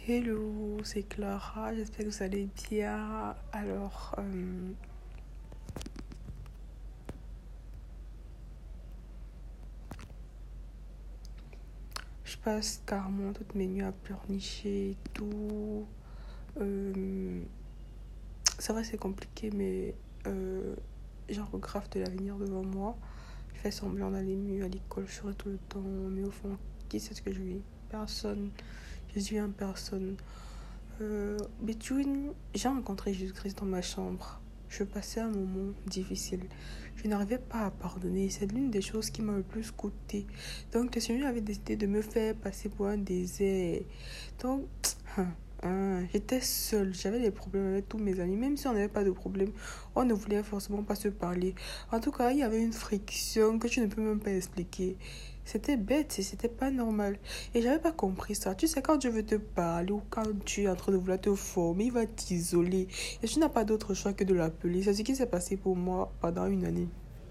Hello, c'est Clara, j'espère que vous allez bien. Alors, je passe carrément toutes mes nuits à pleurnicher et tout. Euh, c'est vrai, c'est compliqué, mais j'ai un grave de l'avenir devant moi. Je fais semblant d'aller mieux à l'école, je serai tout le temps, mais au fond, qui sait ce que je vis? Personne. Je suis en personne. Between, j'ai rencontré Jésus-Christ dans ma chambre. Je passais un moment difficile. Je n'arrivais pas à pardonner. C'est l'une des choses qui m'a le plus coûté. Donc, le Seigneur avait décidé de me faire passer pour un désert. Donc, j'étais seule. J'avais des problèmes avec tous mes amis. Même si on n'avait pas de problème, on ne voulait forcément pas se parler. En tout cas, il y avait une friction que tu ne peux même pas expliquer. C'était bête, c'était pas normal. Et j'avais pas compris ça. Tu sais, quand Dieu veut te parler ou quand tu es en train de vouloir te former, il va t'isoler. Et tu n'as pas d'autre choix que de l'appeler. C'est ce qui s'est passé pour moi pendant une année.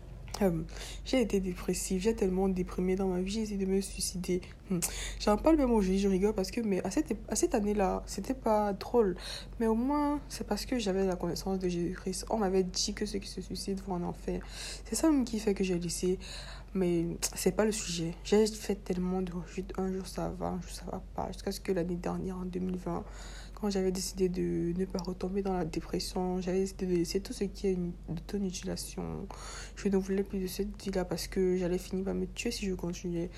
J'ai été dépressive, j'ai tellement déprimé dans ma vie, j'ai essayé de me suicider. J'en parle même aujourd'hui, je rigole parce que mais à cette année-là, c'était pas drôle. Mais au moins, c'est parce que j'avais la connaissance de Jésus-Christ. On m'avait dit que ceux qui se suicident vont en enfer. C'est ça même qui fait que j'ai laissé. Mais c'est pas le sujet. J'ai fait tellement de rechutes. Un jour ça va, un jour ça va pas. Jusqu'à ce que l'année dernière, en 2020, quand j'avais décidé de ne pas retomber dans la dépression, j'avais décidé de laisser tout ce qui est d'automutilation. Je ne voulais plus de cette vie-là parce que j'allais finir par me tuer si je continuais.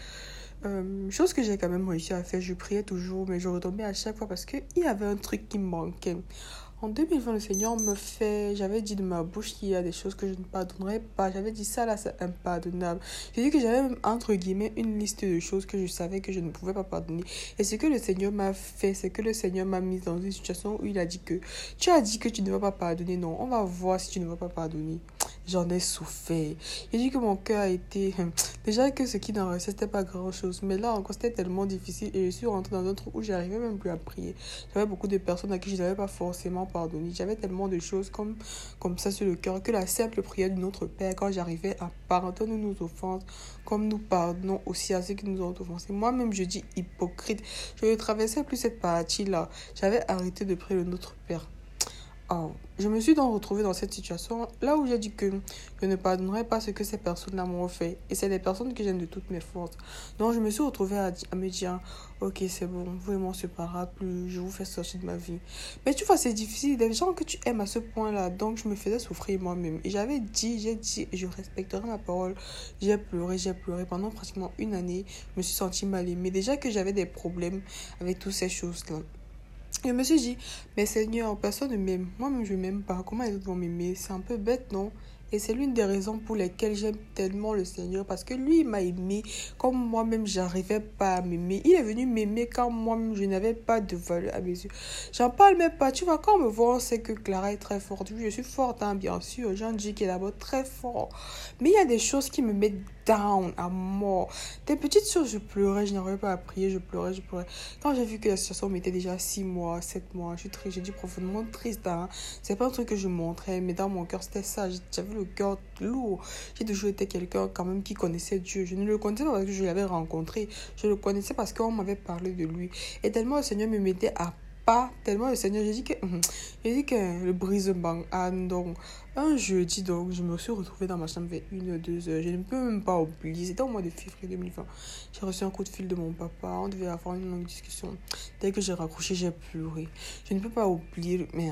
Chose que j'ai quand même réussi à faire, je priais toujours, mais je retombais à chaque fois parce qu'il y avait un truc qui me manquait. En 2020, le Seigneur me fait... J'avais dit de ma bouche qu'il y a des choses que je ne pardonnerais pas. J'avais dit ça, là, c'est impardonnable. J'ai dit que j'avais même, entre guillemets, une liste de choses que je savais que je ne pouvais pas pardonner. Et ce que le Seigneur m'a fait, c'est que le Seigneur m'a mise dans une situation où il a dit que... Tu as dit que tu ne vas pas pardonner. Non, on va voir si tu ne vas pas pardonner. J'en ai souffert. J'ai dit que mon cœur a été... Déjà que ce qui n'en restait, c'était pas grand-chose. Mais là encore, c'était tellement difficile. Et je suis rentrée dans un truc où j'arrivais même plus à prier. J'avais beaucoup de personnes à qui je n'avais pas forcément pardonné. J'avais tellement de choses comme ça sur le cœur que la simple prière de notre Père, quand j'arrivais à pardonner nos offenses, comme nous pardonnons aussi à ceux qui nous ont offensés. Moi-même, je dis hypocrite. Je ne traversais plus cette partie-là. J'avais arrêté de prier le Notre Père. Oh, je me suis donc retrouvée dans cette situation là où j'ai dit que je ne pardonnerai pas ce que ces personnes-là m'ont fait. Et c'est des personnes que j'aime de toutes mes forces. Donc je me suis retrouvée à me dire, ok, c'est bon, vous et moi on se parlera plus, je vous fais sortir de ma vie. Mais tu vois, c'est difficile, des gens que tu aimes à ce point-là. Donc je me faisais souffrir moi-même. Et j'ai dit, et je respecterai ma parole. J'ai pleuré pendant pratiquement une année. Je me suis sentie mal aimée. Déjà que j'avais des problèmes avec toutes ces choses-là. Et je me suis dit, mais Seigneur, personne ne m'aime. Moi-même, je ne m'aime pas. Comment les autres vont m'aimer? C'est un peu bête, non? Et c'est l'une des raisons pour lesquelles j'aime tellement le Seigneur. Parce que lui, il m'a aimé comme moi-même, j'arrivais pas à m'aimer. Il est venu m'aimer quand moi-même, je n'avais pas de valeur à mes yeux. J'en parle même pas. Tu vois, quand on me voit, on sait que Clara est très forte. Oui, je suis forte, hein, bien sûr. J'en dis qu'elle est d'abord très fort. Mais il y a des choses qui me mettent down à mort. Des petites choses, je pleurais. Je n'arrivais pas à prier. Je pleurais. Quand j'ai vu que la situation mettait déjà 6 mois, 7 mois, j'ai dit profondément triste. Hein. C'est pas un truc que je montrais, mais dans mon cœur, c'était ça. J'avais le cœur lourd. J'ai toujours été quelqu'un quand même qui connaissait Dieu. Je ne le connaissais pas parce que je l'avais rencontré. Je le connaissais parce qu'on m'avait parlé de lui. Et tellement le Seigneur me mettait à pas tellement le Seigneur, j'ai dit que le brise-bang, donc un jeudi, donc je me suis retrouvée dans ma chambre vers 1 ou 2 heures, je ne peux même pas oublier, c'était au mois de février 2020, j'ai reçu un coup de fil de mon papa, on devait avoir une longue discussion, dès que j'ai raccroché, j'ai pleuré, je ne peux pas oublier, mais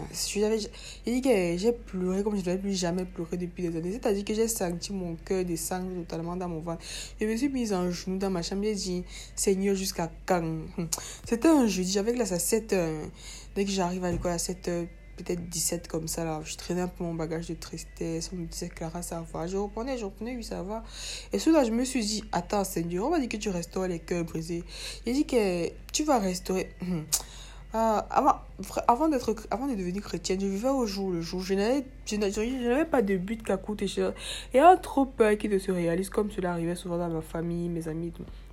j'ai dit que j'ai pleuré comme je n'avais plus jamais pleuré depuis des années, c'est-à-dire que j'ai senti mon cœur descendre totalement dans mon ventre, je me suis mise en genou dans ma chambre, j'ai dit, Seigneur, jusqu'à quand? C'était un jeudi, j'avais classe à 7 heures. Dès que j'arrive à l'école à 7 heures, peut-être 17 comme ça, là, je traînais un peu mon bagage de tristesse. On me disait, Clara, ça va. Je reprenais, oui, ça va. Et soudain, je me suis dit, attends, Seigneur, on m'a dit que tu restaurais les cœurs brisés. J'ai dit que tu vas restaurer. Avant de devenir chrétienne, je vivais au jour le jour. Je n'avais pas de but qu'à coûter cher. Et un trop peur qui ne se réalise comme cela arrivait souvent dans ma famille, mes amis et tout.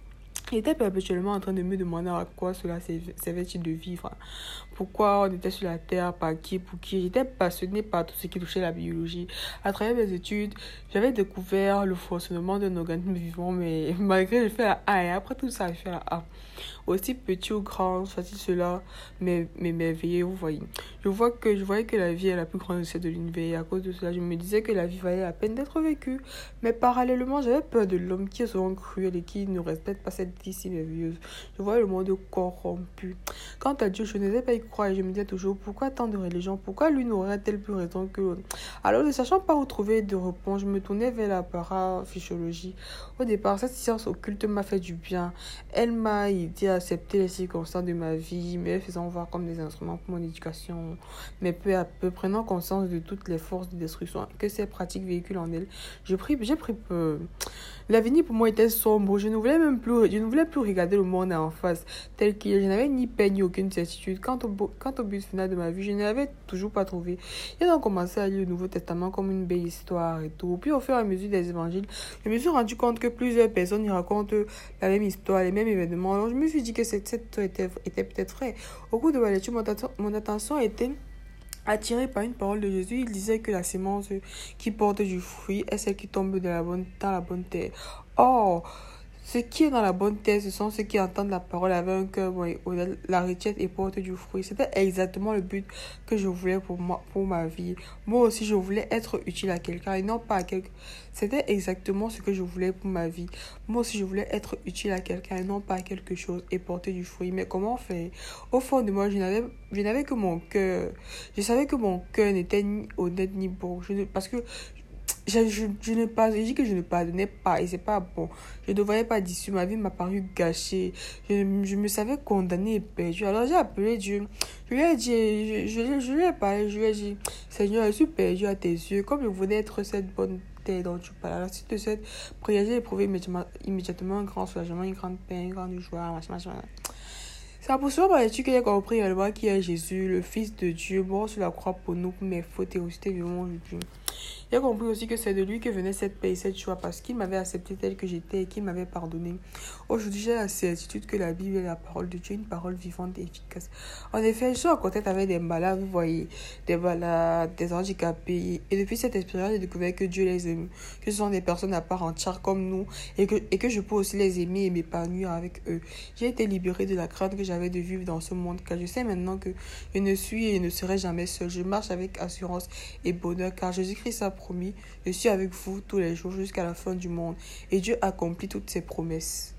Il était perpétuellement en train de me demander à quoi cela servait-il de vivre. Pourquoi on était sur la Terre, par qui, pour qui. J'étais passionnée par tout ce qui touchait la biologie. À travers mes études, j'avais découvert le fonctionnement d'un organisme vivant, mais malgré le fait la A, et après tout ça, je fais la A. Aussi petit ou grand, soit-il cela, m'émerveiller, vous voyez. Je voyais que la vie est la plus grande recette de l'univers. Et à cause de cela, je me disais que la vie valait la peine d'être vécue. Mais parallèlement, j'avais peur de l'homme qui est souvent cruel et qui ne respecte pas cette vie si merveilleuse. Je voyais le monde corrompu. Quant à Dieu, je n'osais pas y croire et je me disais toujours, pourquoi tant de religions? Pourquoi l'une aurait-elle plus raison que l'autre? Alors, ne sachant pas où trouver de réponse, je me tournais vers la paraphysiologie. Au départ, cette science occulte m'a fait du bien. Elle m'a aidé à accepter les circonstances de ma vie, me faisant voir comme des instruments pour mon éducation. Mais peu à peu, prenant conscience de toutes les forces de destruction que ces pratiques véhiculent en elle, j'ai pris peur. L'avenir pour moi était sombre. Je ne voulais plus regarder le monde en face tel qu'il est. Je n'avais ni paix ni aucune certitude. Quant au but final de ma vie, je ne l'avais toujours pas trouvé. J'ai donc commencé à lire le Nouveau Testament comme une belle histoire et tout. Puis au fur et à mesure des évangiles, je me suis rendu compte que plusieurs personnes y racontent la même histoire, les mêmes événements. Alors je me suis dit que cette histoire était peut-être vraie. Au cours de ma lecture, mon attention était attiré par une parole de Jésus. Il disait que la sémence qui porte du fruit est celle qui tombe dans la bonne terre. Or, ce qui est dans la bonne terre, ce sont ceux qui entendent la parole avec un cœur la retiennent et portent du fruit. C'était exactement le but que je voulais pour ma vie. Moi aussi, je voulais être utile à quelqu'un et non pas à quelqu'un. C'était exactement ce que je voulais pour ma vie. Moi aussi, je voulais être utile à quelqu'un et non pas à quelque chose et porter du fruit. Mais comment faire? Au fond de moi, je n'avais que mon cœur. Je savais que mon cœur n'était ni honnête ni bon. Parce que je dis que je ne pardonnais pas et c'est pas bon. Je ne voyais pas d'issue. Ma vie m'a paru gâchée. Je me savais condamnée et perdue. Alors j'ai appelé Dieu. Je lui ai dit, je lui ai parlé, je lui ai dit, Seigneur, je suis perdue à tes yeux. Comme je voulais être cette bonne terre dont tu parles. À la suite de cette prière, j'ai éprouvé immédiatement un grand soulagement, une grande paix, une grande joie, machin. C'est pour cela par l'étude que j'ai compris réellement qui est Jésus, le Fils de Dieu, mort sur la croix pour nous, pour mes fautes et ressuscité vivant aujourd'hui. J'ai compris aussi que c'est de lui que venait cette paix et cette joie parce qu'il m'avait accepté tel que j'étais et qu'il m'avait pardonné. Aujourd'hui, j'ai la certitude que la Bible est la parole de Dieu, une parole vivante et efficace. En effet, je suis en contact avec des malades, vous voyez, des malades, des handicapés. Et depuis cette expérience, j'ai découvert que Dieu les aime, que ce sont des personnes à part entière comme nous et que je peux aussi les aimer et m'épanouir avec eux. J'ai été libérée de la crainte que j'avais de vivre dans ce monde car je sais maintenant que je ne suis et ne serai jamais seule. Je marche avec assurance et bonheur car Jésus-Christ a promis, je suis avec vous tous les jours jusqu'à la fin du monde et Dieu accomplit toutes ses promesses.